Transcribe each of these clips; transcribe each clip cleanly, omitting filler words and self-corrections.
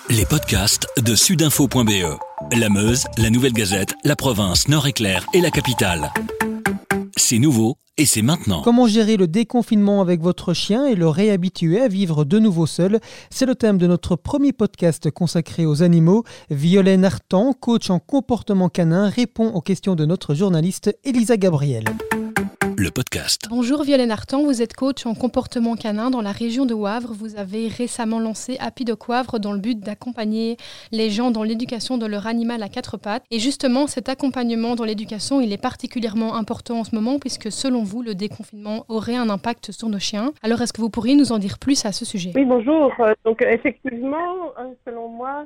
Les podcasts de sudinfo.be. La Meuse, la Nouvelle Gazette, la province, Nord-Éclair et la capitale. C'est nouveau et c'est maintenant. Comment gérer le déconfinement avec votre chien et le réhabituer à vivre de nouveau seul? C'est le thème de notre premier podcast consacré aux animaux. Violaine Artan, coach en comportement canin, répond aux questions de notre journaliste Elisa Gabriel. Le podcast. Bonjour Violaine Artan, vous êtes coach en comportement canin dans la région de Wavre. Vous avez récemment lancé Happy Dog Wavre dans le but d'accompagner les gens dans l'éducation de leur animal à quatre pattes. Et justement, cet accompagnement dans l'éducation, il est particulièrement important en ce moment puisque selon vous, le déconfinement aurait un impact sur nos chiens. Alors, est-ce que vous pourriez nous en dire plus à ce sujet? Oui, bonjour. Donc, effectivement, selon moi,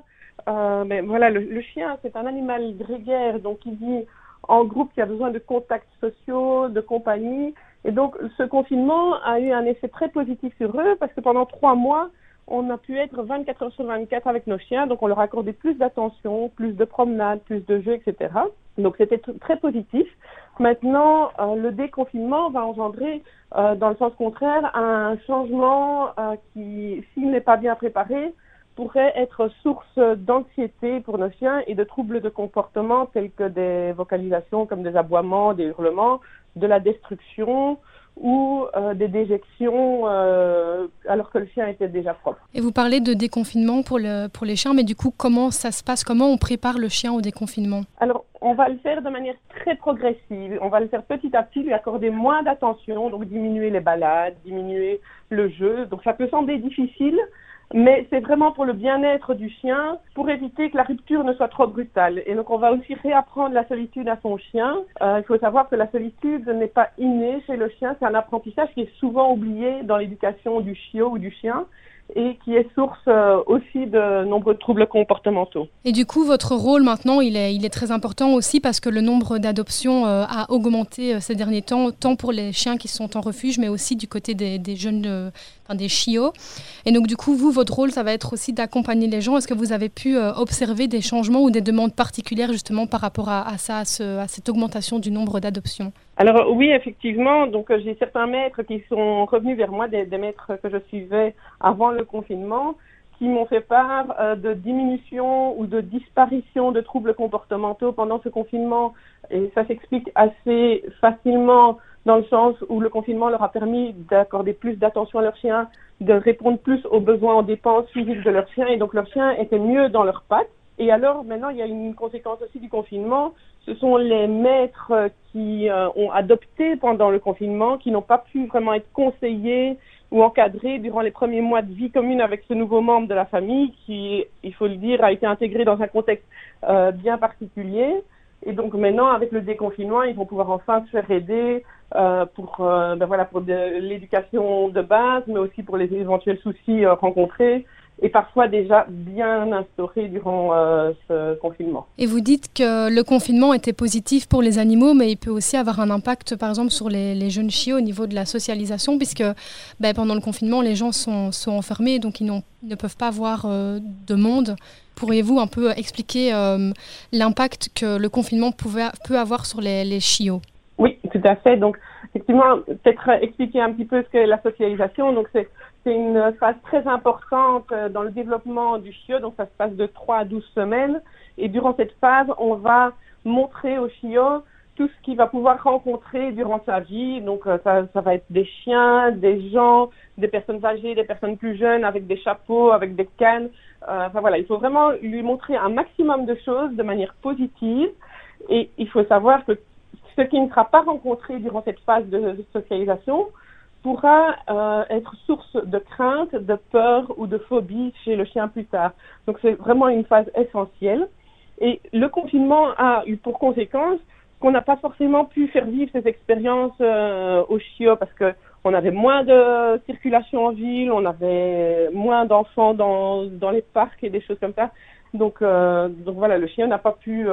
le chien, c'est un animal grégaire, donc il vit en groupe, qui a besoin de contacts sociaux, de compagnie. Et donc, ce confinement a eu un effet très positif sur eux parce que pendant 3 mois, on a pu être 24 heures sur 24 avec nos chiens. Donc, on leur accordait plus d'attention, plus de promenades, plus de jeux, etc. Donc, c'était très positif. Maintenant, le déconfinement va engendrer, dans le sens contraire, un changement qui, s'il n'est pas bien préparé, pourrait être source d'anxiété pour nos chiens et de troubles de comportement tels que des vocalisations comme des aboiements, des hurlements, de la destruction ou des déjections alors que le chien était déjà propre. Et vous parlez de déconfinement pour les chiens, mais du coup, comment ça se passe? Comment on prépare le chien au déconfinement? Alors, on va le faire de manière très progressive. On va le faire petit à petit, lui accorder moins d'attention, donc diminuer les balades, diminuer le jeu. Donc, ça peut sembler difficile, mais c'est vraiment pour le bien-être du chien, pour éviter que la rupture ne soit trop brutale. Et donc, on va aussi réapprendre la solitude à son chien. Il faut savoir que la solitude n'est pas innée chez le chien. C'est un apprentissage qui est souvent oublié dans l'éducation du chiot ou du chien et qui est source aussi de nombreux troubles comportementaux. Et du coup, votre rôle maintenant, il est très important aussi parce que le nombre d'adoptions a augmenté ces derniers temps, tant pour les chiens qui sont en refuge, mais aussi du côté des jeunes, des chiots. Et donc, du coup, votre rôle, ça va être aussi d'accompagner les gens. Est-ce que vous avez pu observer des changements ou des demandes particulières justement par rapport à ça, à cette augmentation du nombre d'adoptions? Alors oui, effectivement, donc j'ai certains maîtres qui sont revenus vers moi, des maîtres que je suivais avant le confinement, qui m'ont fait part de diminution ou de disparition de troubles comportementaux pendant ce confinement. Et ça s'explique assez facilement dans le sens où le confinement leur a permis d'accorder plus d'attention à leur chien, de répondre plus aux besoins en dépenses physiques de leur chien, et donc leur chien était mieux dans leurs pattes. Et alors, maintenant, il y a une conséquence aussi du confinement. Ce sont les maîtres qui ont adopté pendant le confinement, qui n'ont pas pu vraiment être conseillés ou encadrés durant les premiers mois de vie commune avec ce nouveau membre de la famille qui, il faut le dire, a été intégré dans un contexte bien particulier. Et donc maintenant, avec le déconfinement, ils vont pouvoir enfin se faire aider pour l'éducation de base, mais aussi pour les éventuels soucis rencontrés, et parfois déjà bien instauré durant ce confinement. Et vous dites que le confinement était positif pour les animaux, mais il peut aussi avoir un impact, par exemple, sur les jeunes chiots au niveau de la socialisation, puisque pendant le confinement, les gens sont enfermés, donc ils ne peuvent pas voir de monde. Pourriez-vous un peu expliquer l'impact que le confinement peut avoir sur les chiots? Oui, tout à fait. Donc, effectivement, peut-être expliquer un petit peu ce qu'est la socialisation. Donc, c'est une phase très importante dans le développement du chiot. Donc, ça se passe de 3 à 12 semaines. Et durant cette phase, on va montrer au chiot tout ce qu'il va pouvoir rencontrer durant sa vie. Donc, ça va être des chiens, des gens, des personnes âgées, des personnes plus jeunes avec des chapeaux, avec des cannes. Il faut vraiment lui montrer un maximum de choses de manière positive. Et il faut savoir que ce qui ne sera pas rencontré durant cette phase de socialisation pourra être source de crainte, de peur ou de phobie chez le chien plus tard. Donc, c'est vraiment une phase essentielle. Et le confinement a eu pour conséquence qu'on n'a pas forcément pu faire vivre ces expériences aux chiots parce qu'on avait moins de circulation en ville, on avait moins d'enfants dans les parcs et des choses comme ça. Donc voilà, le chien n'a pas pu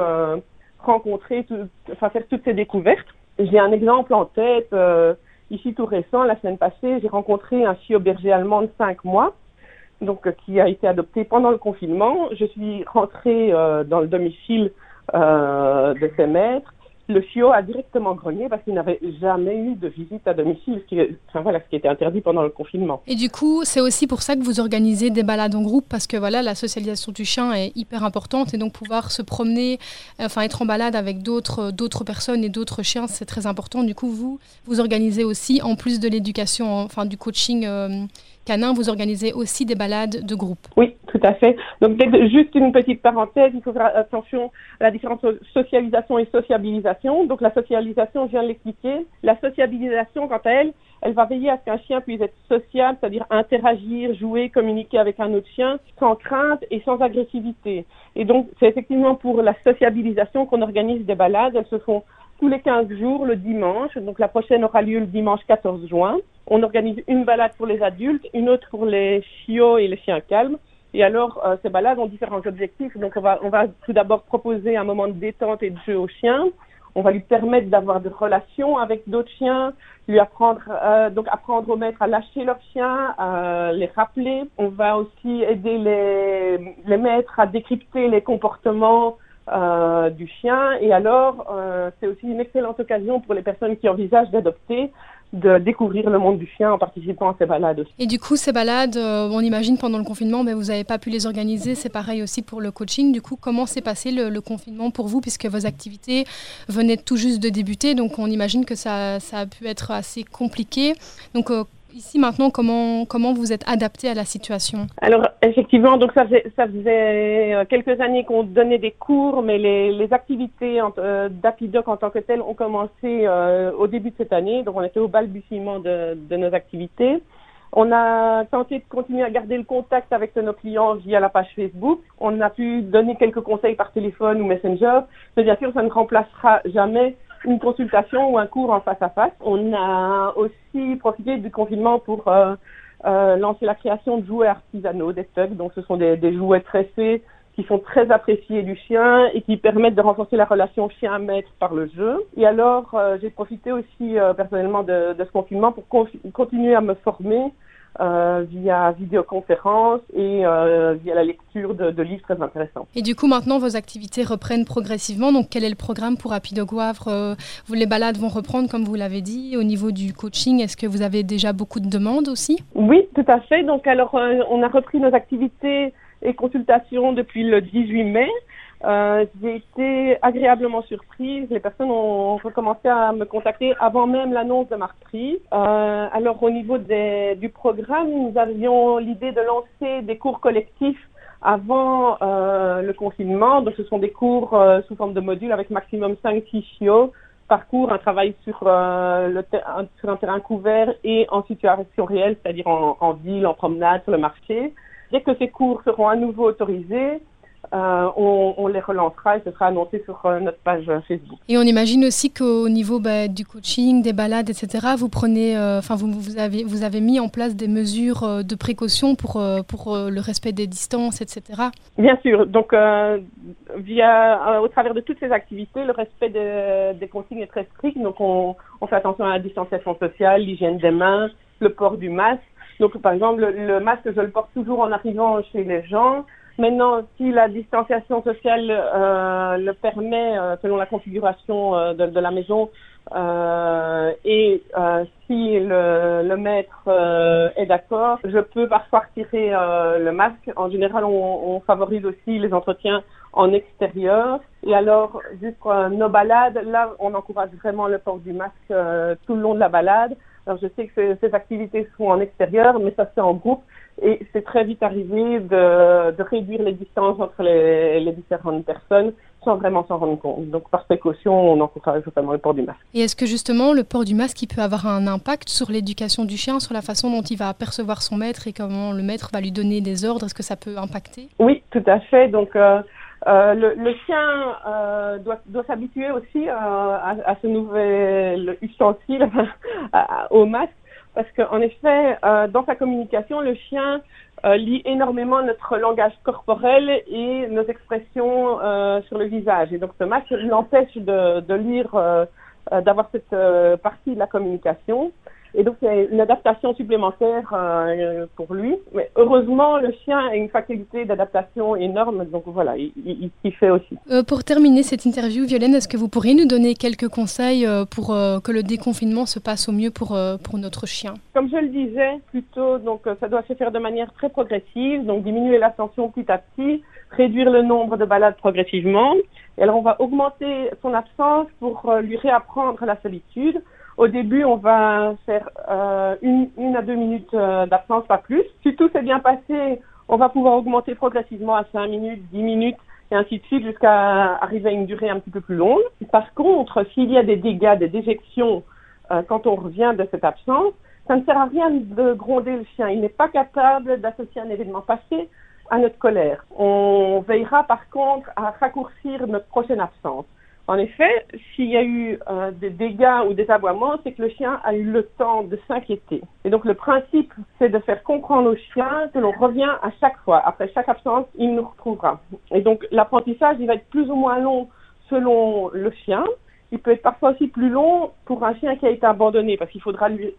faire toutes ces découvertes. J'ai un exemple en tête, ici tout récent, la semaine passée, j'ai rencontré un chiot berger allemand de 5 mois, donc qui a été adopté pendant le confinement. Je suis rentrée dans le domicile de ses maîtres. le chiot a directement grogné parce qu'il n'avait jamais eu de visite à domicile, ce qui était interdit pendant le confinement. Et du coup, c'est aussi pour ça que vous organisez des balades en groupe, parce que voilà, la socialisation du chien est hyper importante, et donc pouvoir se promener, être en balade avec d'autres personnes et d'autres chiens, c'est très important. Du coup, vous organisez aussi, en plus de l'éducation, du coaching canin, vous organisez aussi des balades de groupe. Oui, tout à fait. Donc, juste une petite parenthèse, il faut faire attention à la différence entre socialisation et sociabilisation. Donc, la socialisation, je viens de l'expliquer. La sociabilisation, quant à elle, elle va veiller à ce qu'un chien puisse être sociable, c'est-à-dire interagir, jouer, communiquer avec un autre chien sans crainte et sans agressivité. Et donc, c'est effectivement pour la sociabilisation qu'on organise des balades. Elles se font tous les 15 jours, le dimanche. Donc, la prochaine aura lieu le dimanche 14 juin. On organise une balade pour les adultes, une autre pour les chiots et les chiens calmes. Et alors, ces balades ont différents objectifs. Donc, on va tout d'abord proposer un moment de détente et de jeu au chien. On va lui permettre d'avoir des relations avec d'autres chiens, lui apprendre aux maîtres à lâcher leurs chiens, à les rappeler. On va aussi aider les maîtres à décrypter les comportements du chien. Et alors, c'est aussi une excellente occasion pour les personnes qui envisagent d'adopter, de découvrir le monde du chien en participant à ces balades aussi. Et du coup, ces balades, on imagine pendant le confinement, mais vous n'avez pas pu les organiser. C'est pareil aussi pour le coaching. Du coup, comment s'est passé le confinement pour vous, puisque vos activités venaient tout juste de débuter, donc on imagine que ça a pu être assez compliqué. Donc ici maintenant, comment vous êtes adapté à la situation? Alors effectivement, donc ça faisait quelques années qu'on donnait des cours, mais les activités d'Apidoc en tant que telles ont commencé au début de cette année, donc on était au balbutiement de nos activités. On a tenté de continuer à garder le contact avec nos clients via la page Facebook. On a pu donner quelques conseils par téléphone ou Messenger, mais bien sûr ça ne remplacera jamais une consultation ou un cours en face à face. On a aussi profité du confinement pour lancer la création de jouets artisanaux, des tugs. Donc ce sont des jouets tressés qui sont très appréciés du chien et qui permettent de renforcer la relation chien-maître par le jeu. Et alors j'ai profité aussi personnellement de ce confinement pour continuer à me former via vidéoconférence et via la lecture de livres très intéressants. Et du coup, maintenant, vos activités reprennent progressivement. Donc, quel est le programme pour Apidoc Wavre? Les balades vont reprendre, comme vous l'avez dit. Au niveau du coaching, est-ce que vous avez déjà beaucoup de demandes aussi? Oui, tout à fait. Donc, alors, on a repris nos activités et consultations depuis le 18 mai. J'ai été agréablement surprise. Les personnes ont recommencé à me contacter avant même l'annonce de ma reprise. Alors au niveau du programme, nous avions l'idée de lancer des cours collectifs avant le confinement. Donc ce sont des cours sous forme de modules avec maximum 5-6 chiots par cours, un travail sur un terrain couvert et en situation réelle, c'est-à-dire en ville, en promenade, sur le marché. Dès que ces cours seront à nouveau autorisés, on les relancera et ce sera annoncé sur notre page Facebook. Et on imagine aussi qu'au niveau du coaching, des balades, etc., vous prenez, vous avez mis en place des mesures de précaution pour le respect des distances, etc. Bien sûr. Donc, au travers de toutes ces activités, le respect des consignes est très strict. Donc, on fait attention à la distanciation sociale, l'hygiène des mains, le port du masque. Donc, par exemple, le masque, je le porte toujours en arrivant chez les gens. Maintenant, si la distanciation sociale le permet, selon la configuration de la maison, et si le maître est d'accord, je peux parfois retirer le masque. En général, on favorise aussi les entretiens en extérieur. Et alors, juste pour nos balades, là, on encourage vraiment le port du masque tout le long de la balade. Alors, je sais que ces activités sont en extérieur, mais ça se fait en groupe. Et c'est très vite arrivé de réduire les distances entre les différentes personnes sans vraiment s'en rendre compte. Donc, par précaution, on encourage vraiment le port du masque. Et est-ce que justement, le port du masque, il peut avoir un impact sur l'éducation du chien, sur la façon dont il va percevoir son maître et comment le maître va lui donner des ordres? Est-ce que ça peut impacter? Oui, tout à fait. Donc, le chien doit s'habituer aussi à ce nouvel ustensile, au masque. Parce qu'en effet, dans sa communication, le chien lit énormément notre langage corporel et nos expressions sur le visage. Et donc ce masque l'empêche de lire, d'avoir cette partie de la communication. Et donc, c'est une adaptation supplémentaire pour lui. Mais heureusement, le chien a une faculté d'adaptation énorme. Donc voilà, il s'y fait aussi. Pour terminer cette interview, Violaine, est-ce que vous pourriez nous donner quelques conseils pour que le déconfinement se passe au mieux pour notre chien? Comme je le disais plus tôt, donc, ça doit se faire de manière très progressive. Donc, diminuer l'attention petit à petit, réduire le nombre de balades progressivement. Et alors, on va augmenter son absence pour lui réapprendre la solitude. Au début, on va faire 1 à 2 minutes d'absence, pas plus. Si tout s'est bien passé, on va pouvoir augmenter progressivement à 5 minutes, 10 minutes, et ainsi de suite, jusqu'à arriver à une durée un petit peu plus longue. Par contre, s'il y a des dégâts, des déjections, quand on revient de cette absence, ça ne sert à rien de gronder le chien. Il n'est pas capable d'associer un événement passé à notre colère. On veillera par contre à raccourcir notre prochaine absence. En effet, s'il y a eu des dégâts ou des aboiements, c'est que le chien a eu le temps de s'inquiéter. Et donc le principe, c'est de faire comprendre au chien que l'on revient à chaque fois. Après chaque absence, il nous retrouvera. Et donc l'apprentissage, il va être plus ou moins long selon le chien. Il peut être parfois aussi plus long pour un chien qui a été abandonné, parce qu'il faudra lui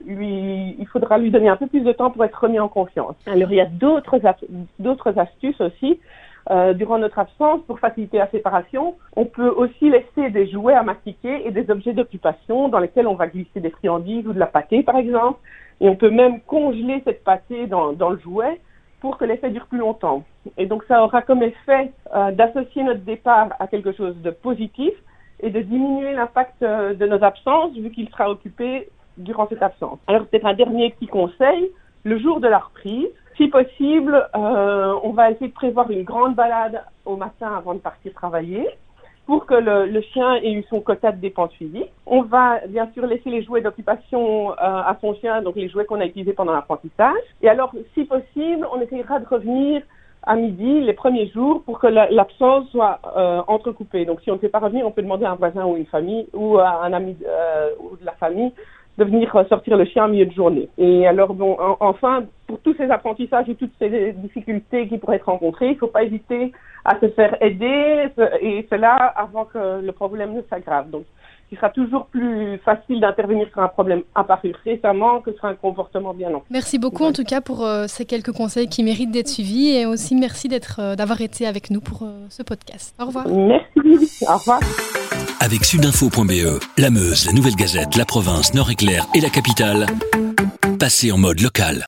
donner un peu plus de temps pour être remis en confiance. Alors il y a d'autres astuces aussi. Durant notre absence, pour faciliter la séparation, on peut aussi laisser des jouets à mastiquer et des objets d'occupation dans lesquels on va glisser des friandises ou de la pâtée par exemple. Et on peut même congeler cette pâtée dans le jouet pour que l'effet dure plus longtemps. Et donc ça aura comme effet d'associer notre départ à quelque chose de positif et de diminuer l'impact de nos absences vu qu'il sera occupé durant cette absence. Alors peut-être un dernier petit conseil, le jour de la reprise, si possible, on va essayer de prévoir une grande balade au matin avant de partir travailler pour que le chien ait eu son quota de dépenses physiques. On va bien sûr laisser les jouets d'occupation à son chien, donc les jouets qu'on a utilisés pendant l'apprentissage. Et alors, si possible, on essaiera de revenir à midi les premiers jours pour que l'absence soit entrecoupée. Donc si on ne sait pas revenir, on peut demander à un voisin ou une famille ou à un ami ou de la famille de venir sortir le chien en milieu de journée. Et alors, bon, enfin, pour tous ces apprentissages et toutes ces difficultés qui pourraient être rencontrées, il ne faut pas hésiter à se faire aider, et cela avant que le problème ne s'aggrave. Donc, il sera toujours plus facile d'intervenir sur un problème apparu récemment que sur un comportement bien ancré. Merci beaucoup en tout cas pour ces quelques conseils qui méritent d'être suivis, et aussi merci d'avoir été avec nous pour ce podcast. Au revoir. Merci, au revoir. Avec sudinfo.be, la Meuse, la Nouvelle Gazette, la Province, Nord-Éclair et la Capitale, passez en mode local.